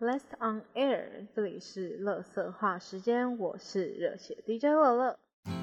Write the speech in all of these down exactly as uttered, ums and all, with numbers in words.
Last on Air， 这里是垃圾话时间，我是热血 D J 乐乐。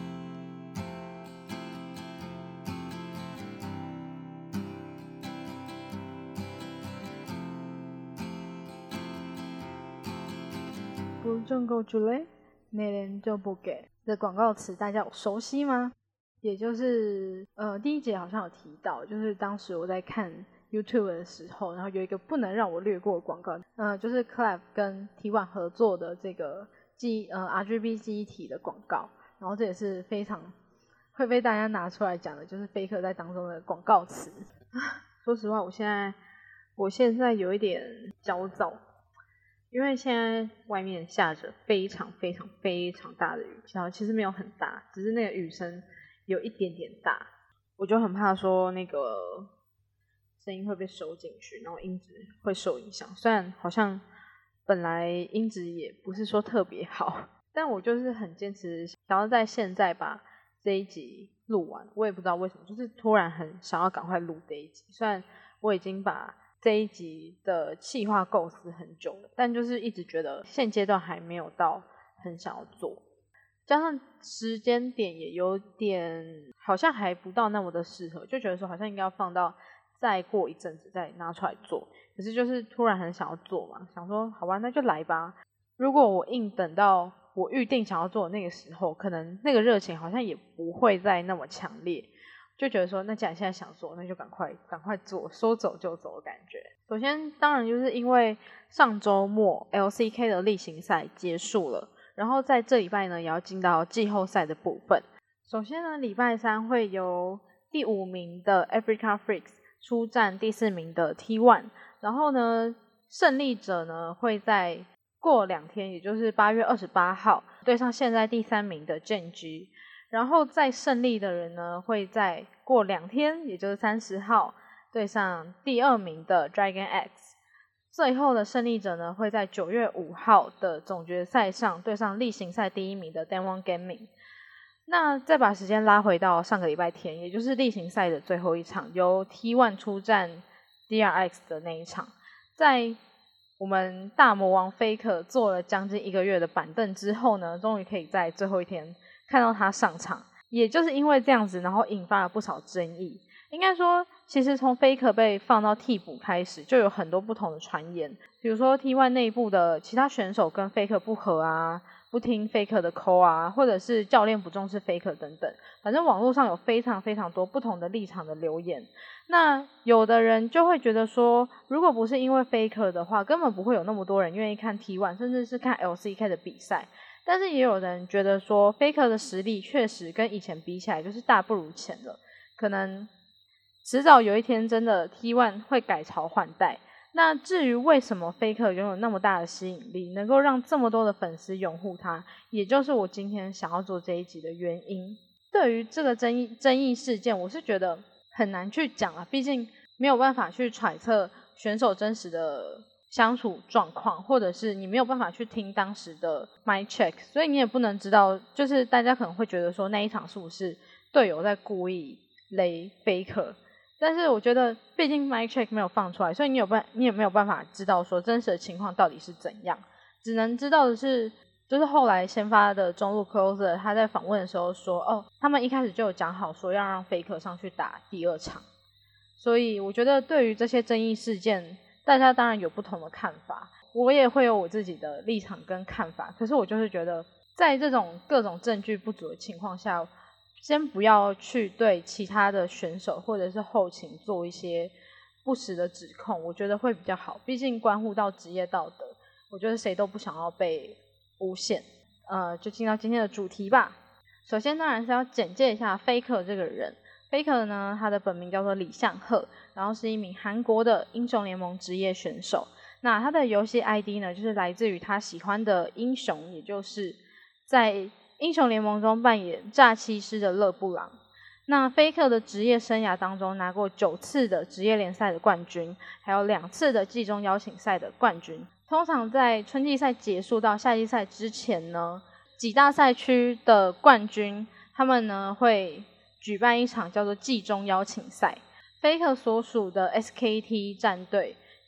不准够住嘞，那人就不给。这广告词大家有熟悉吗？也就是呃第一节好像有提到，就是当时我在看YouTube 的时候，然后有一个不能让我略过的广告，呃，就是 C L A V 跟 T 一 合作的这个记呃 R G B 记忆体的广告，然后这也是非常会被大家拿出来讲的，就是 Faker 在当中的广告词。说实话，我现在我现在有一点焦躁，因为现在外面下着非常非常非常大的雨，然后其实没有很大，只是那个雨声有一点点大，我就很怕说那个声音会被收进去，然后音质会受影响。虽然好像本来音质也不是说特别好，但我就是很坚持想要在现在把这一集录完。我也不知道为什么，就是突然很想要赶快录这一集。虽然我已经把这一集的企划构思很久了，但就是一直觉得现阶段还没有到很想要做。加上时间点也有点好像还不到那么的适合，就觉得说好像应该要放到再过一阵子再拿出来做，可是就是突然很想要做嘛，想说好吧那就来吧。如果我硬等到我预定想要做的那个时候，可能那个热情好像也不会再那么强烈，就觉得说那既然现在想做，那就赶快赶快做，说走就走的感觉。首先当然就是因为上周末 L C K 的例行赛结束了，然后在这礼拜呢也要进到季后赛的部分。首先呢礼拜三会由第五名的 Africa Freaks 出战第四名的 T 一， 然后呢胜利者呢会在过两天，也就是八月二十八号对上现在第三名的 G E N G， 然后再胜利的人呢会在过两天，也就是三十号对上第二名的 Dragon X， 最后的胜利者呢会在九月五号的总决赛上对上例行赛第一名的 Damwon Gaming。那再把时间拉回到上个礼拜天，也就是例行赛的最后一场，由 T 一 出战 D R X 的那一场，在我们大魔王 Faker 坐了将近一个月的板凳之后呢，终于可以在最后一天看到他上场。也就是因为这样子，然后引发了不少争议。应该说其实从 Faker 被放到替补开始，就有很多不同的传言，比如说 T 一 内部的其他选手跟 Faker 不合啊，不听 Faker 的 call 啊，或者是教练不重视 Faker 等等，反正网络上有非常非常多不同的立场的留言。那有的人就会觉得说，如果不是因为 Faker 的话，根本不会有那么多人愿意看 T 一， 甚至是看 L C K 的比赛。但是也有人觉得说 Faker 的实力确实跟以前比起来就是大不如前了，可能迟早有一天真的 T 一 会改朝换代。那至于为什么 Faker 拥有那么大的吸引力，能够让这么多的粉丝拥护他，也就是我今天想要做这一集的原因。对于这个争议争议事件，我是觉得很难去讲啊，毕竟没有办法去揣测选手真实的相处状况，或者是你没有办法去听当时的 mic check， 所以你也不能知道，就是大家可能会觉得说那一场是不是队友在故意雷 Faker， 但是我觉得毕竟 mic check 没有放出来，所以你有办你也没有办法知道说真实的情况到底是怎样，只能知道的是就是后来先发的中路 closer 他在访问的时候说，哦，他们一开始就有讲好说要让 Faker 上去打第二场。所以我觉得对于这些争议事件，大家当然有不同的看法，我也会有我自己的立场跟看法，可是我就是觉得在这种各种证据不足的情况下，先不要去对其他的选手或者是后勤做一些不实的指控，我觉得会比较好，毕竟关乎到职业道德，我觉得谁都不想要被诬陷。呃，就进到今天的主题吧。首先当然是要简介一下 Faker 这个人。Faker 呢，他的本名叫做李相赫，然后是一名韩国的英雄联盟职业选手。那他的游戏 I D 呢，就是来自于他喜欢的英雄，也就是在英雄联盟中扮演诈欺师的勒布朗。那 Faker 的职业生涯当中拿过九次的职业联赛的冠军，还有两次的季中邀请赛的冠军。通常在春季赛结束到夏季赛之前呢，几大赛区的冠军他们呢会举办一场叫做季中邀请赛。Faker 所属的 S K T 战队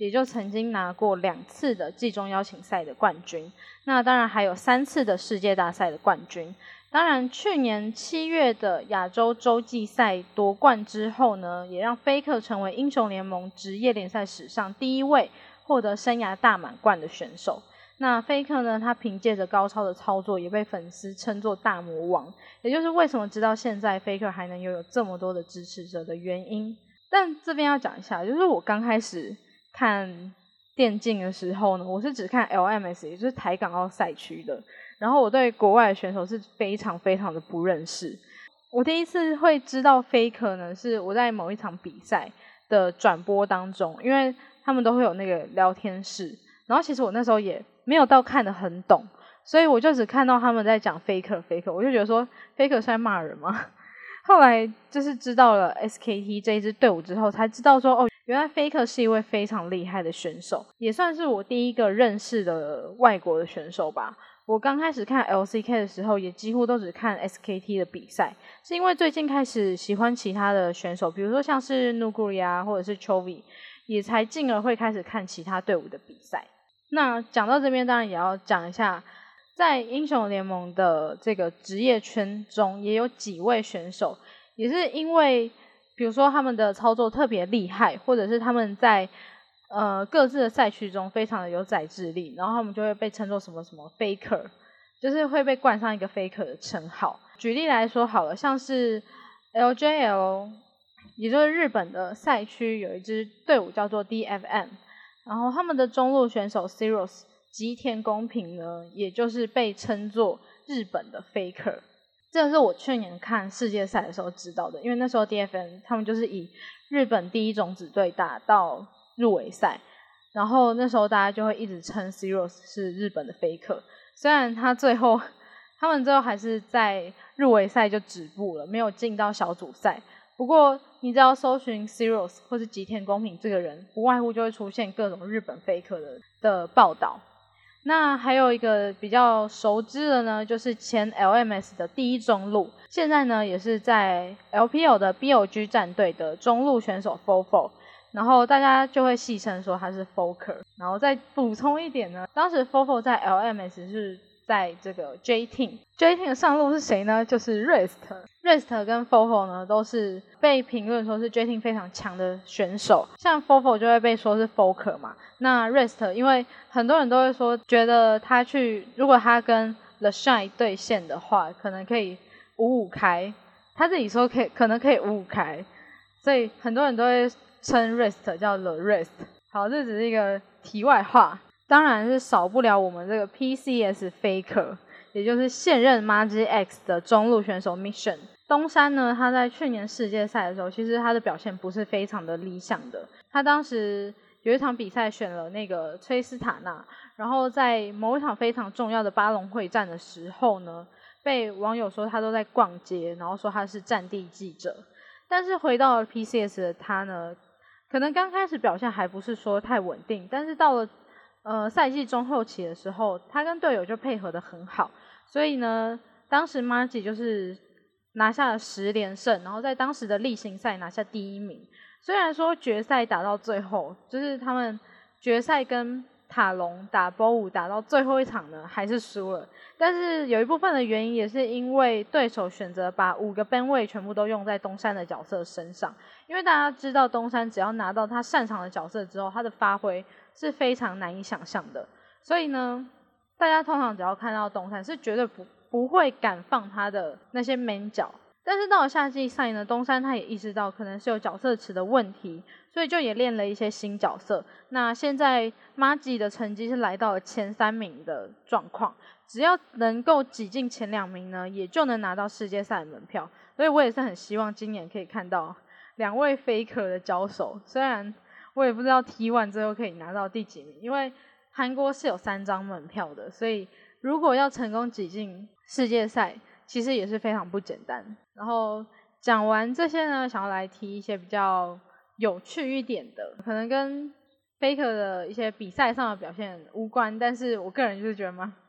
也就曾经拿过两次的季中邀请赛的冠军，那当然还有三次的世界大赛的冠军。当然去年七月的亚洲洲际赛夺冠之后呢，也让 Faker 成为英雄联盟职业联赛史上第一位获得生涯大满贯的选手。那 Faker 呢，他凭借着高超的操作也被粉丝称作大魔王，也就是为什么直到现在 Faker 还能拥有这么多的支持者的原因。但这边要讲一下，就是我刚开始看电竞的时候呢，我是只看 L M S， 也就是台港澳赛区的，然后我对国外的选手是非常非常的不认识。我第一次会知道 Faker 呢，是我在某一场比赛的转播当中，因为他们都会有那个聊天室，然后其实我那时候也没有到看得很懂，所以我就只看到他们在讲 Faker Faker， 我就觉得说 Faker 是在骂人吗？后来就是知道了 S K T 这一支队伍之后，才知道说哦，原来 Faker 是一位非常厉害的选手，也算是我第一个认识的外国的选手吧。我刚开始看 L C K 的时候，也几乎都只看 S K T 的比赛，是因为最近开始喜欢其他的选手，比如说像是 Nuguri 啊，或者是 Chovy， 也才进而会开始看其他队伍的比赛。那讲到这边，当然也要讲一下，在英雄联盟的这个职业圈中，也有几位选手，也是因为比如说他们的操作特别厉害，或者是他们在呃各自的赛区中非常的有宰制力，然后他们就会被称作什么什么 Faker， 就是会被冠上一个 Faker 的称号。举例来说好了，像是 L J L， 也就是日本的赛区有一支队伍叫做 D F M， 然后他们的中路选手 Zeros 吉田公平呢，也就是被称作日本的 Faker。这是我去年看世界赛的时候知道的，因为那时候 D F M 他们就是以日本第一种子队打到入围赛，然后那时候大家就会一直称 Zeros 是日本的 Faker， 虽然他最后他们最后还是在入围赛就止步了，没有进到小组赛。不过你只要搜寻 Zeros 或是吉田公平这个人，不外乎就会出现各种日本 Faker 的的报道。那还有一个比较熟知的呢，就是前 L M S 的第一中路，现在呢也是在 L P L 的 B O G 战队的中路选手 Fofo， 然后大家就会戏称说他是 Foker。然后再补充一点呢，当时 Fofo 在 L M S 是在这个 J Team，J Team 的上路是谁呢？就是 Rest。Rest 跟 Fofo 呢都是被评论说是 J Team 非常强的选手，像 Fofo 就会被说是 Foker 嘛，那 Rest 因为很多人都会说觉得他去如果他跟 The Shine 对线的话，可能可以五五开，他自己说可以可能可以五五开，所以很多人都会称 Rest 叫 The Rest。 好，这只是一个题外话，当然是少不了我们这个 P C S Faker， 也就是现任 Magic X 的中路选手 Mission。 东山呢，他在去年世界赛的时候，其实他的表现不是非常的理想的，他当时有一场比赛选了那个崔斯塔纳，然后在某一场非常重要的巴龙会战的时候呢，被网友说他都在逛街，然后说他是战地记者。但是回到了 P C S 的他呢，可能刚开始表现还不是说太稳定，但是到了呃赛季中后期的时候，他跟队友就配合得很好，所以呢，当时 Margie 就是拿下了十连胜，然后在当时的例行赛拿下第一名。虽然说决赛打到最后，就是他们决赛跟塔隆打 B O 五 打到最后一场呢，还是输了。但是有一部分的原因也是因为对手选择把五个 ban 位全部都用在东山的角色身上，因为大家知道东山只要拿到他擅长的角色之后，他的发挥是非常难以想象的。所以呢，大家通常只要看到东山是绝对不不会敢放他的那些 main 角。但是到了夏季赛呢，东山他也意识到可能是有角色池的问题，所以就也练了一些新角色。那现在 Margie 的成绩是来到了前三名的状况，只要能够挤进前两名呢，也就能拿到世界赛的门票。所以我也是很希望今年可以看到两位 Faker 的交手，虽然我也不知道 T 一 最后可以拿到第几名，因为韩国是有三张门票的，所以如果要成功挤进世界赛，其实也是非常不简单。然后讲完这些呢，想要来提一些比较有趣一点的，可能跟 Faker 的一些比赛上的表现无关，但是我个人就是觉得蛮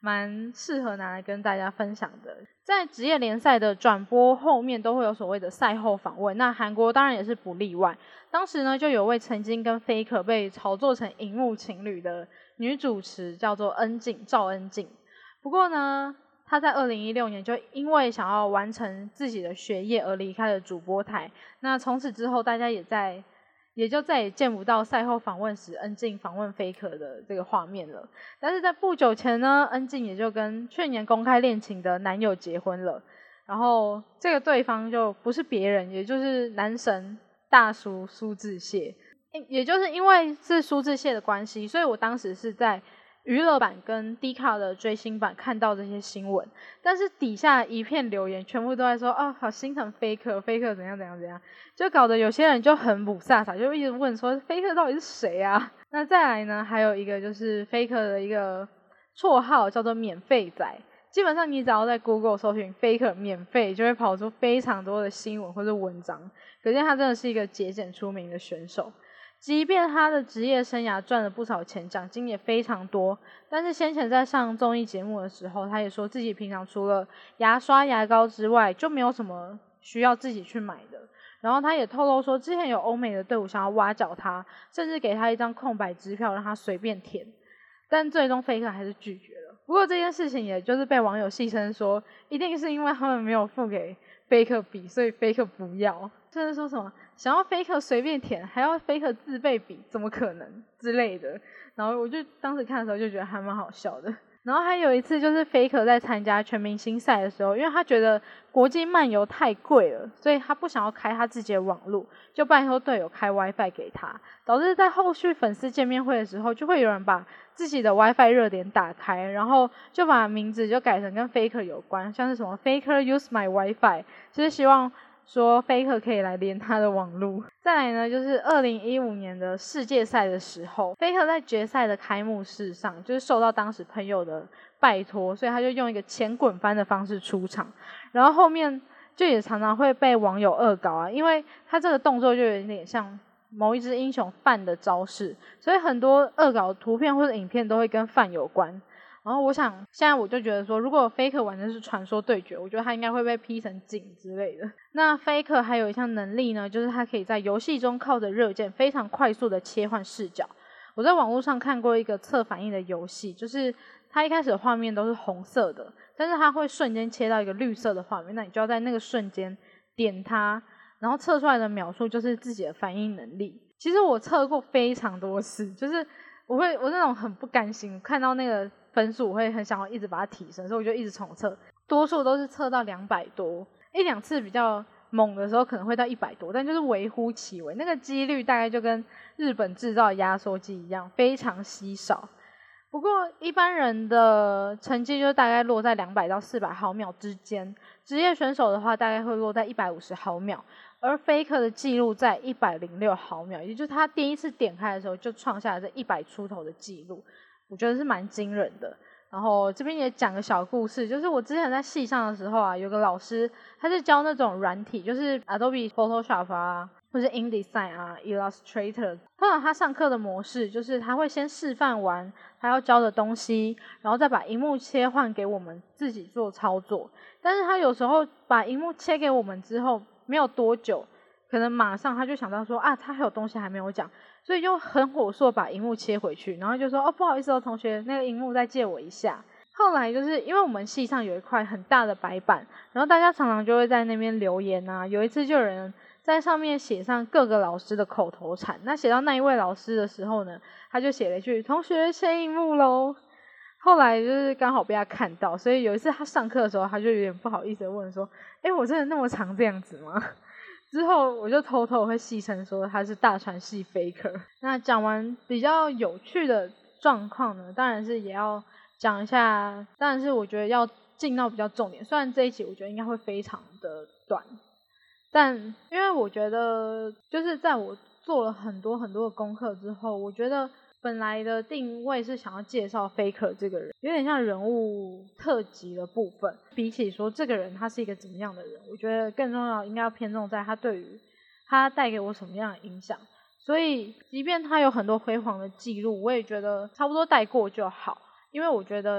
蛮适合拿来跟大家分享的。在职业联赛的转播后面都会有所谓的赛后访问，那韩国当然也是不例外。当时呢就有位曾经跟 Faker 被炒作成荧幕情侣的女主持叫做恩静，赵恩静。不过呢她在二零一六年就因为想要完成自己的学业而离开了主播台，那从此之后大家也在也就再也见不到赛后访问时恩静访问 Faker 的这个画面了。但是在不久前呢，恩静也就跟去年公开恋情的男友结婚了，然后这个对方就不是别人，也就是男神大叔苏志燮。也就是因为是苏志燮的关系，所以我当时是在娱乐版跟 D 卡的追星版看到这些新闻，但是底下一片留言全部都在说哦，好心疼 Faker Faker 怎样怎样怎样，就搞得有些人就很不飒飒，就一直问说 Faker 到底是谁啊。那再来呢还有一个就是 Faker 的一个绰号叫做免费仔，基本上你只要在 Google 搜寻 Faker 免费就会跑出非常多的新闻或是文章，可见他真的是一个节俭出名的选手。即便他的职业生涯赚了不少钱，奖金也非常多，但是先前在上综艺节目的时候，他也说自己平常除了牙刷牙膏之外就没有什么需要自己去买的。然后他也透露说之前有欧美的队伍想要挖角他，甚至给他一张空白支票让他随便填，但最终 Faker 还是拒绝了。不过这件事情也就是被网友戏称说一定是因为他们没有付给 Faker 笔，所以 Faker 不要，甚至说什么想要 Faker 随便填还要 Faker 自备笔怎么可能之类的。然后我就当时看的时候就觉得还蛮好笑的。然后还有一次就是 Faker 在参加全明星赛的时候，因为他觉得国际漫游太贵了，所以他不想要开他自己的网路，就拜托队友开 WiFi 给他，导致在后续粉丝见面会的时候就会有人把自己的 WiFi 热点打开，然后就把名字就改成跟 Faker 有关，像是什么 Faker use my WiFi， 就是希望说 Faker 可以来连他的网路。再来呢就是二零一五年的世界赛的时候， Faker 在决赛的开幕式上就是受到当时朋友的拜托，所以他就用一个前滚翻的方式出场，然后后面就也常常会被网友恶搞啊，因为他这个动作就有点像某一支英雄范的招式，所以很多恶搞图片或者影片都会跟范有关。然后我想现在我就觉得说如果 Faker 玩的是传说对决，我觉得他应该会被 P 成井之类的。那 Faker 还有一项能力呢，就是他可以在游戏中靠着热键非常快速的切换视角。我在网络上看过一个测反应的游戏，就是它一开始的画面都是红色的，但是它会瞬间切到一个绿色的画面，那你就要在那个瞬间点它，然后测出来的秒数就是自己的反应能力。其实我测过非常多次，就是我会我那种很不甘心，看到那个分数我会很想要一直把它提升，所以我就一直重测，多数都是测到两百多，一两次比较猛的时候可能会到一百多，但就是微乎其微，那个几率大概就跟日本制造的压缩机一样，非常稀少。不过一般人的成绩就大概落在两百到四百毫秒之间，职业选手的话大概会落在一百五十毫秒，而 Faker 的记录在一百零六毫秒，也就是他第一次点开的时候就创下了这一百出头的记录，我觉得是蛮惊人的。然后这边也讲个小故事，就是我之前在系上的时候啊，有个老师他是教那种软体，就是 Adobe Photoshop 啊或是 InDesign 啊 Illustrator， 通常他上课的模式就是他会先示范完他要教的东西，然后再把萤幕切换给我们自己做操作。但是他有时候把萤幕切给我们之后没有多久，可能马上他就想到说啊他还有东西还没有讲，所以就很火速把萤幕切回去，然后就说哦不好意思哦同学，那个萤幕再借我一下。后来就是因为我们系上有一块很大的白板，然后大家常常就会在那边留言啊，有一次就有人在上面写上各个老师的口头禅，那写到那一位老师的时候呢，他就写了一句同学切萤幕咯。后来就是刚好被他看到，所以有一次他上课的时候他就有点不好意思的问说诶我真的那么常这样子吗？之后我就偷偷会戏称说他是大传系 Faker。 那讲完比较有趣的状况呢，当然是也要讲一下，当然是我觉得要进到比较重点，虽然这一集我觉得应该会非常的短，但因为我觉得就是在我做了很多很多的功课之后，我觉得本来的定位是想要介绍 Faker 这个人，有点像人物特辑的部分，比起说这个人他是一个怎么样的人，我觉得更重要应该要偏重在他对于他带给我什么样的影响。所以即便他有很多辉煌的记录，我也觉得差不多带过就好，因为我觉得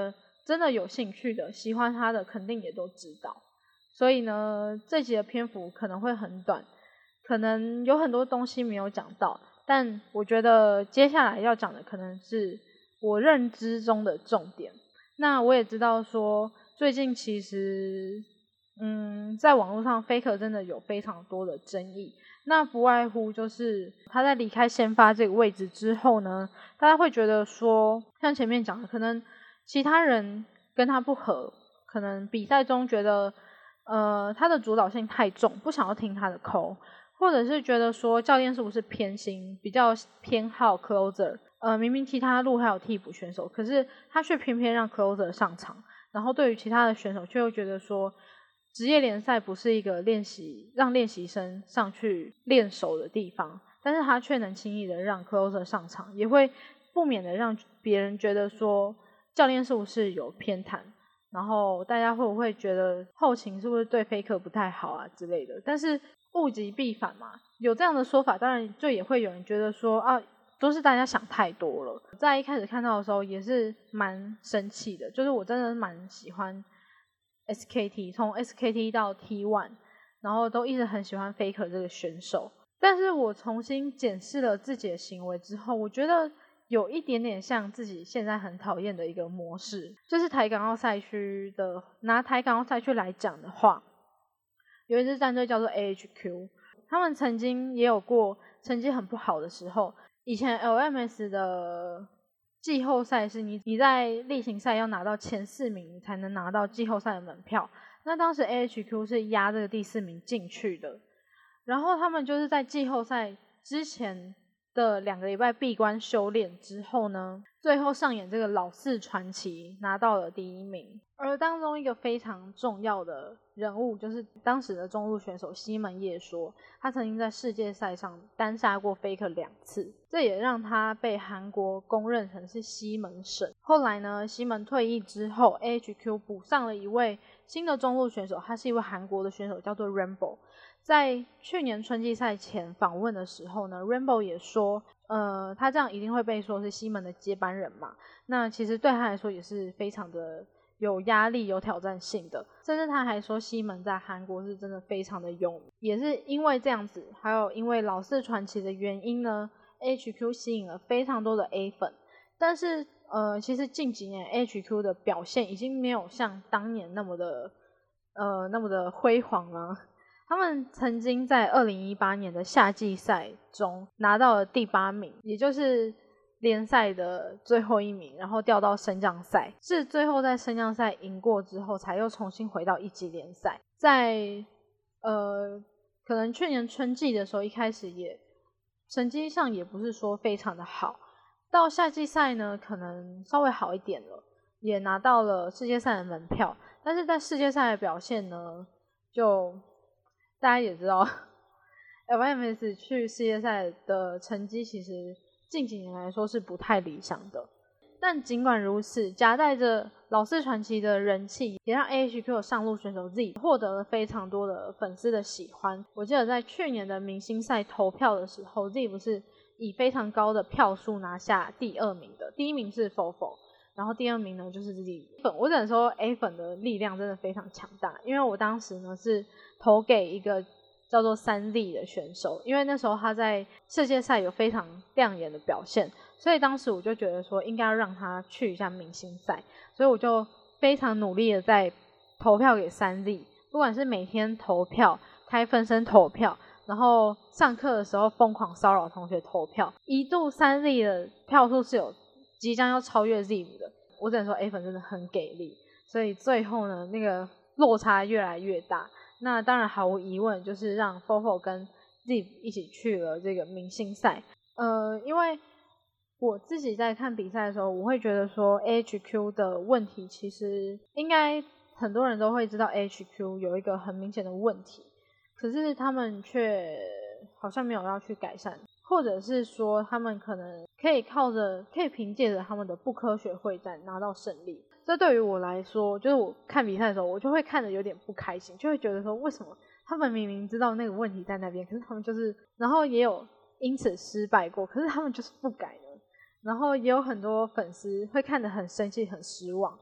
真的有兴趣的喜欢他的肯定也都知道。所以呢这集的篇幅可能会很短，可能有很多东西没有讲到，但我觉得接下来要讲的可能是我认知中的重点。那我也知道说最近其实嗯，在网络上 Faker 真的有非常多的争议，那不外乎就是他在离开先发这个位置之后呢，大家会觉得说像前面讲的，可能其他人跟他不合，可能比赛中觉得呃他的主导性太重，不想要听他的 call， 或者是觉得说教练是不是偏心，比较偏好 closer， 呃明明其他路还有替补选手，可是他却偏偏让 closer 上场，然后对于其他的选手却又觉得说职业联赛不是一个练习让练习生上去练手的地方，但是他却能轻易的让 closer 上场，也会不免的让别人觉得说教练是不是有偏袒，然后大家会不会觉得后勤是不是对 Faker 不太好啊之类的。但是物极必反嘛，有这样的说法，当然就也会有人觉得说啊都是大家想太多了。在一开始看到的时候也是蛮生气的，就是我真的蛮喜欢 S K T， 从 S K T 到 T 一， 然后都一直很喜欢 Faker 这个选手。但是我重新检视了自己的行为之后，我觉得有一点点像自己现在很讨厌的一个模式，就是台港澳赛区的，拿台港澳赛区来讲的话，有一支战队叫做 A H Q， 他们曾经也有过成绩很不好的时候。以前 L M S 的季后赛是你你在例行赛要拿到前四名你才能拿到季后赛的门票，那当时 A H Q 是压这个第四名进去的，然后他们就是在季后赛之前的两个礼拜闭关修炼之后呢，最后上演这个老四传奇拿到了第一名。而当中一个非常重要的人物就是当时的中路选手西门叶说，他曾经在世界赛上单杀过 Faker 两次，这也让他被韩国公认成是西门神。后来呢，西门退役之后 A H Q 补上了一位新的中路选手，他是一位韩国的选手叫做 Rainbow。在去年春季赛前访问的时候呢 Rainbow 也说呃，他这样一定会被说是西门的接班人嘛，那其实对他来说也是非常的有压力有挑战性的，甚至他还说西门在韩国是真的非常的有名。也是因为这样子，还有因为老四传奇的原因呢 H Q 吸引了非常多的 A 粉，但是呃，其实近几年 H Q 的表现已经没有像当年那么的呃那么的辉煌了。他们曾经在二零一八年的夏季赛中拿到了第八名，也就是联赛的最后一名，然后调到升降赛，是最后在升降赛赢过之后才又重新回到一级联赛。在呃可能去年春季的时候一开始也成绩上也不是说非常的好，到夏季赛呢可能稍微好一点了，也拿到了世界赛的门票，但是在世界赛的表现呢就大家也知道 L M S 去世界赛的成绩其实近几年来说是不太理想的。但尽管如此，夹带着老四传奇的人气，也让 A H Q 的上路选手 Z 获得了非常多的粉丝的喜欢。我记得在去年的明星赛投票的时候 Z 不是以非常高的票数拿下第二名的，第一名是 Fofo， 然后第二名呢就是 Z 粉。我只能说 A 粉的力量真的非常强大，因为我当时呢是投给一个叫做三 Z 的选手，因为那时候他在世界赛有非常亮眼的表现，所以当时我就觉得说应该要让他去一下明星赛，所以我就非常努力的在投票给三 Z， 不管是每天投票开分身投票，然后上课的时候疯狂骚扰同学投票，一度三 Z 的票数是有即将要超越 Z 的，我只能说 A 粉真的很给力，所以最后呢那个落差越来越大。那当然毫无疑问就是让 Fofo 跟 Z 一起去了这个明星赛。呃，因为我自己在看比赛的时候，我会觉得说 A H Q 的问题其实应该很多人都会知道 A H Q 有一个很明显的问题，可是他们却好像没有要去改善，或者是说他们可能可以靠着可以凭借着他们的不科学会战拿到胜利。这对于我来说，就是我看比赛的时候我就会看得有点不开心，就会觉得说为什么他们明明知道那个问题在那边，可是他们就是然后也有因此失败过，可是他们就是不改的，然后也有很多粉丝会看得很生气很失望。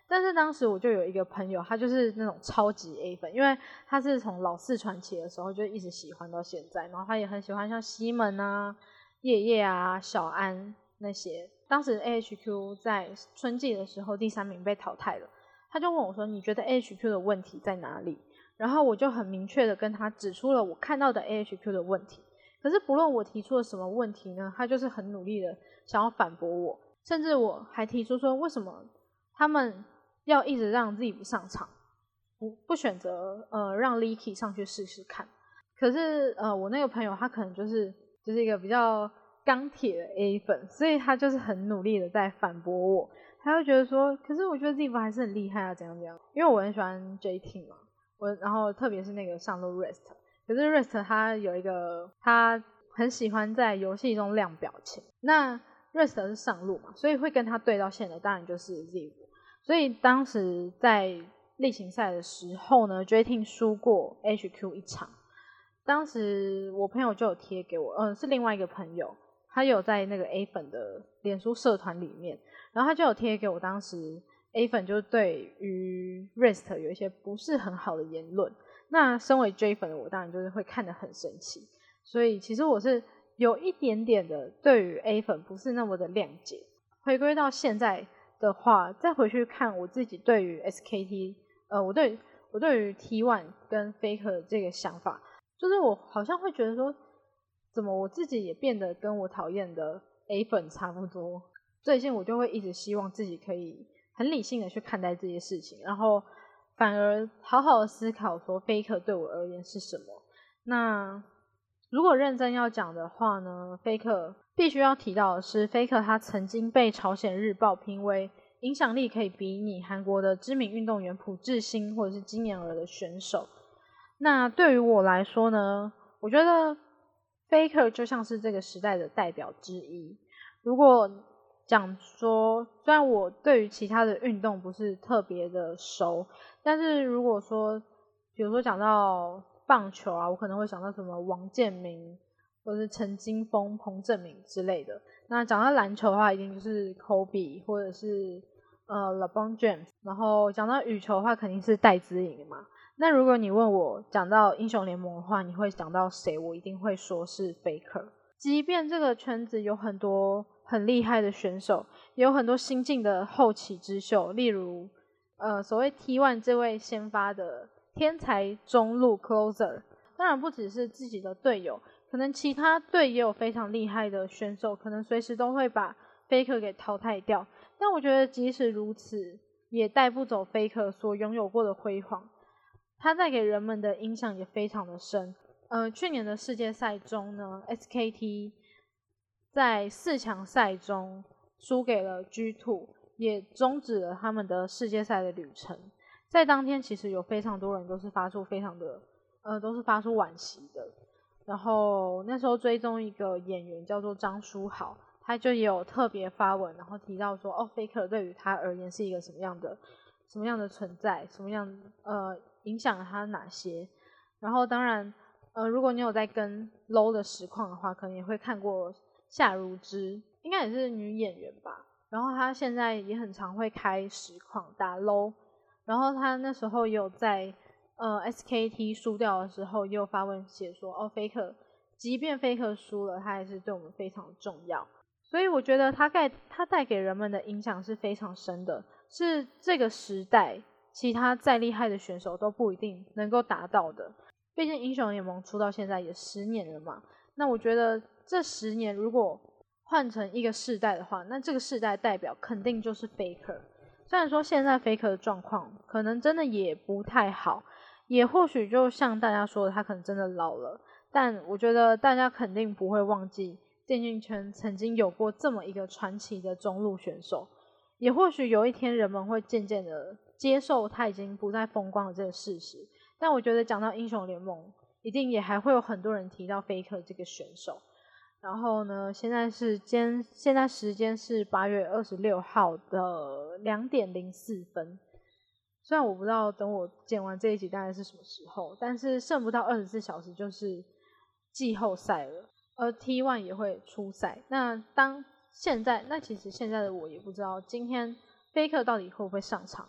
但是当时我就有一个朋友，他就是那种超级 A 粉，因为他是从老四传奇的时候就一直喜欢到现在，然后他也很喜欢像西门啊、叶叶啊、小安那些。当时 A H Q 在春季的时候第三名被淘汰了，他就问我说：“你觉得 A H Q 的问题在哪里？”然后我就很明确的跟他指出了我看到的 A H Q 的问题。可是不论我提出了什么问题呢，他就是很努力的想要反驳我，甚至我还提出说为什么他们要一直让 Z 不上场，不不选择呃让 Licky 上去试试看。可是呃我那个朋友他可能就是就是一个比较钢铁的 A 粉，所以他就是很努力的在反驳我，他会觉得说，可是我觉得 Z 还是很厉害啊，怎样怎样，因为我很喜欢 J T 嘛，我然后特别是那个上路 Rest， 可是 Rest 他有一个他很喜欢在游戏中亮表情，那 Rest 是上路嘛，所以会跟他对到线的当然就是 Z， 所以当时在例行赛的时候呢 J T 输过 H Q 一场，当时我朋友就有贴给我，嗯，是另外一个朋友，他有在那个 A 粉的脸书社团里面，然后他就有贴给我当时 A 粉就对于 Rest 有一些不是很好的言论，那身为 J 粉的我当然就是会看得很生气，所以其实我是有一点点的对于 A 粉不是那么的谅解。回归到现在的话，再回去看我自己对于 S K T， 呃，我对我对于 T 一 跟 Faker 的这个想法，就是我好像会觉得说，怎么我自己也变得跟我讨厌的 A 粉差不多。最近我就会一直希望自己可以很理性的去看待这些事情，然后反而好好的思考说 Faker 对我而言是什么。那如果认真要讲的话呢 Faker 必须要提到的是 Faker 他曾经被朝鲜日报评为影响力可以比拟韩国的知名运动员朴智星或者是金妍儿的选手。那对于我来说呢，我觉得 Faker 就像是这个时代的代表之一。如果讲说，虽然我对于其他的运动不是特别的熟，但是如果说比如说讲到棒球啊，我可能会想到什么王建民或者是陈金锋、彭政闵之类的。那讲到篮球的话，一定就是 Kobe 或者是呃 LeBron James， 然后讲到羽球的话，肯定是戴资颖嘛。那如果你问我讲到英雄联盟的话，你会讲到谁？我一定会说是 Faker。即便这个圈子有很多很厉害的选手，也有很多新进的后起之秀，例如呃所谓 T 一 这位先发的天才中路 closer， 当然不只是自己的队友，可能其他队也有非常厉害的选手，可能随时都会把 Faker 给淘汰掉。但我觉得即使如此，也带不走 Faker 所拥有过的辉煌。他带给人们的影响也非常的深。呃，去年的世界赛中呢 ，S K T 在四强赛中输给了 G 二， 也终止了他们的世界赛的旅程。在当天，其实有非常多人都是发出非常的，呃，都是发出惋惜的。然后那时候追踪一个演员叫做张书豪，他就也有特别发文，然后提到说，哦 ，Faker 对于他而言是一个什么样的、什么样的存在，什么样呃。影响了他哪些，然后当然呃，如果你有在跟 L O 的实况的话，可能也会看过夏如芝，应该也是女演员吧，然后她现在也很常会开实况打 L O， 然后她那时候也有在呃 S K T 输掉的时候也有发文写说，哦 Faker 即便 Faker 输了，他还是对我们非常重要，所以我觉得他带他带给人们的影响是非常深的，是这个时代其他再厉害的选手都不一定能够达到的。毕竟英雄联盟出到现在也十年了嘛，那我觉得这十年如果换成一个世代的话，那这个世代代表肯定就是 Faker。虽然说现在 Faker 的状况可能真的也不太好，也或许就像大家说的，他可能真的老了，但我觉得大家肯定不会忘记电竞圈曾经有过这么一个传奇的中路选手，也或许有一天人们会渐渐的接受他已经不再风光的这个事实，但我觉得讲到英雄联盟，一定也还会有很多人提到 Faker 这个选手。然后呢，现在是间现在时间是八月二十六号的两点零四分。虽然我不知道等我剪完这一集大概是什么时候，但是剩不到二十四小时就是季后赛了，而 T 一 也会出赛。那当现在，那其实现在的我也不知道今天 Faker 到底会不会上场，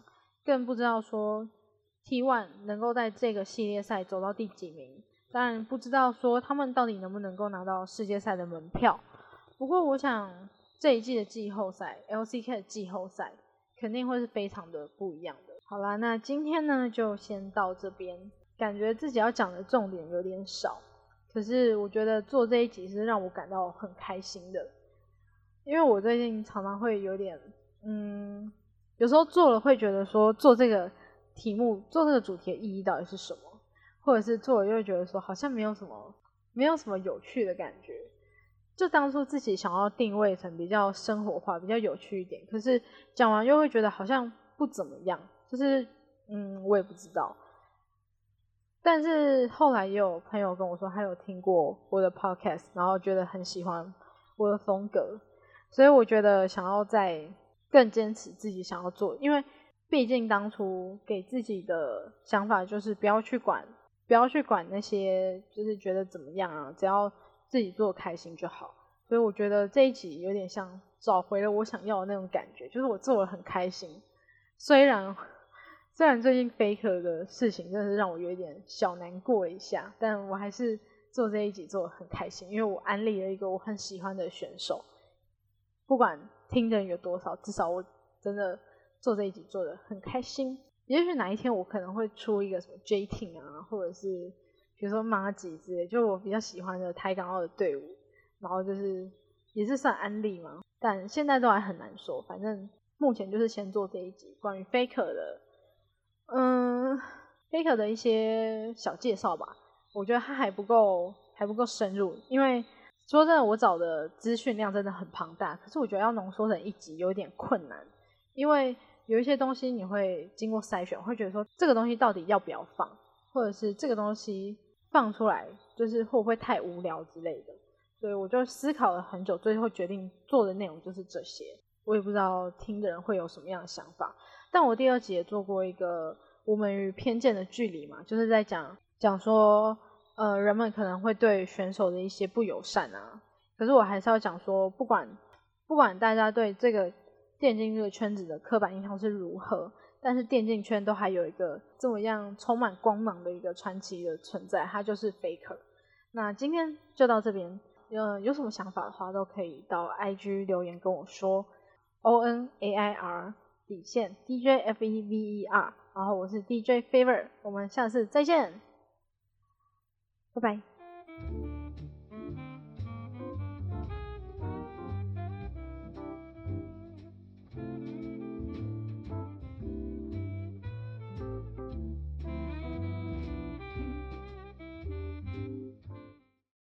更不知道说 T 一 能够在这个系列赛走到第几名，当然不知道说他们到底能不能够拿到世界赛的门票。不过我想这一季的季后赛 L C K 的季后赛肯定会是非常的不一样的。好啦，那今天呢就先到这边，感觉自己要讲的重点有点少，可是我觉得做这一集是让我感到很开心的，因为我最近常常会有点嗯，有时候做了会觉得说做这个题目做这个主题的意义到底是什么，或者是做了又会觉得说好像没有什么没有什么有趣的感觉，就当初自己想要定位成比较生活化比较有趣一点，可是讲完又会觉得好像不怎么样，就是嗯我也不知道。但是后来也有朋友跟我说他有听过我的 podcast， 然后觉得很喜欢我的风格，所以我觉得想要再更坚持自己想要做，因为毕竟当初给自己的想法就是不要去管不要去管那些就是觉得怎么样啊，只要自己做开心就好。所以我觉得这一集有点像找回了我想要的那种感觉，就是我做得很开心，虽然虽然最近 Faker 的事情真的是让我有一点小难过一下，但我还是做这一集做得很开心，因为我安利了一个我很喜欢的选手，不管听的人有多少，至少我真的做这一集做得很开心。也许哪一天我可能会出一个什么 J-Team 啊，或者是比如说马吉之类，就我比较喜欢的台港澳的队伍，然后就是也是算安利嘛，但现在都还很难说，反正目前就是先做这一集关于 Faker 的嗯 Faker 的一些小介绍吧。我觉得他还不够还不够深入，因为说真的我找的资讯量真的很庞大，可是我觉得要浓缩成一集有点困难，因为有一些东西你会经过筛选，会觉得说这个东西到底要不要放，或者是这个东西放出来就是会不会太无聊之类的，所以我就思考了很久，最后决定做的内容就是这些。我也不知道听的人会有什么样的想法，但我第二集也做过一个我们与偏见的距离嘛，就是在讲讲说呃人们可能会对选手的一些不友善啊，可是我还是要讲说不管不管大家对这个电竞这个圈子的刻板印象是如何，但是电竞圈都还有一个这么样充满光芒的一个传奇的存在，它就是 Faker。 那今天就到这边，呃，有什么想法的话都可以到 I G 留言跟我说， O N A I R 底线 D J F E V E R， 然后我是 D J Favor， 我们下次再见，拜拜。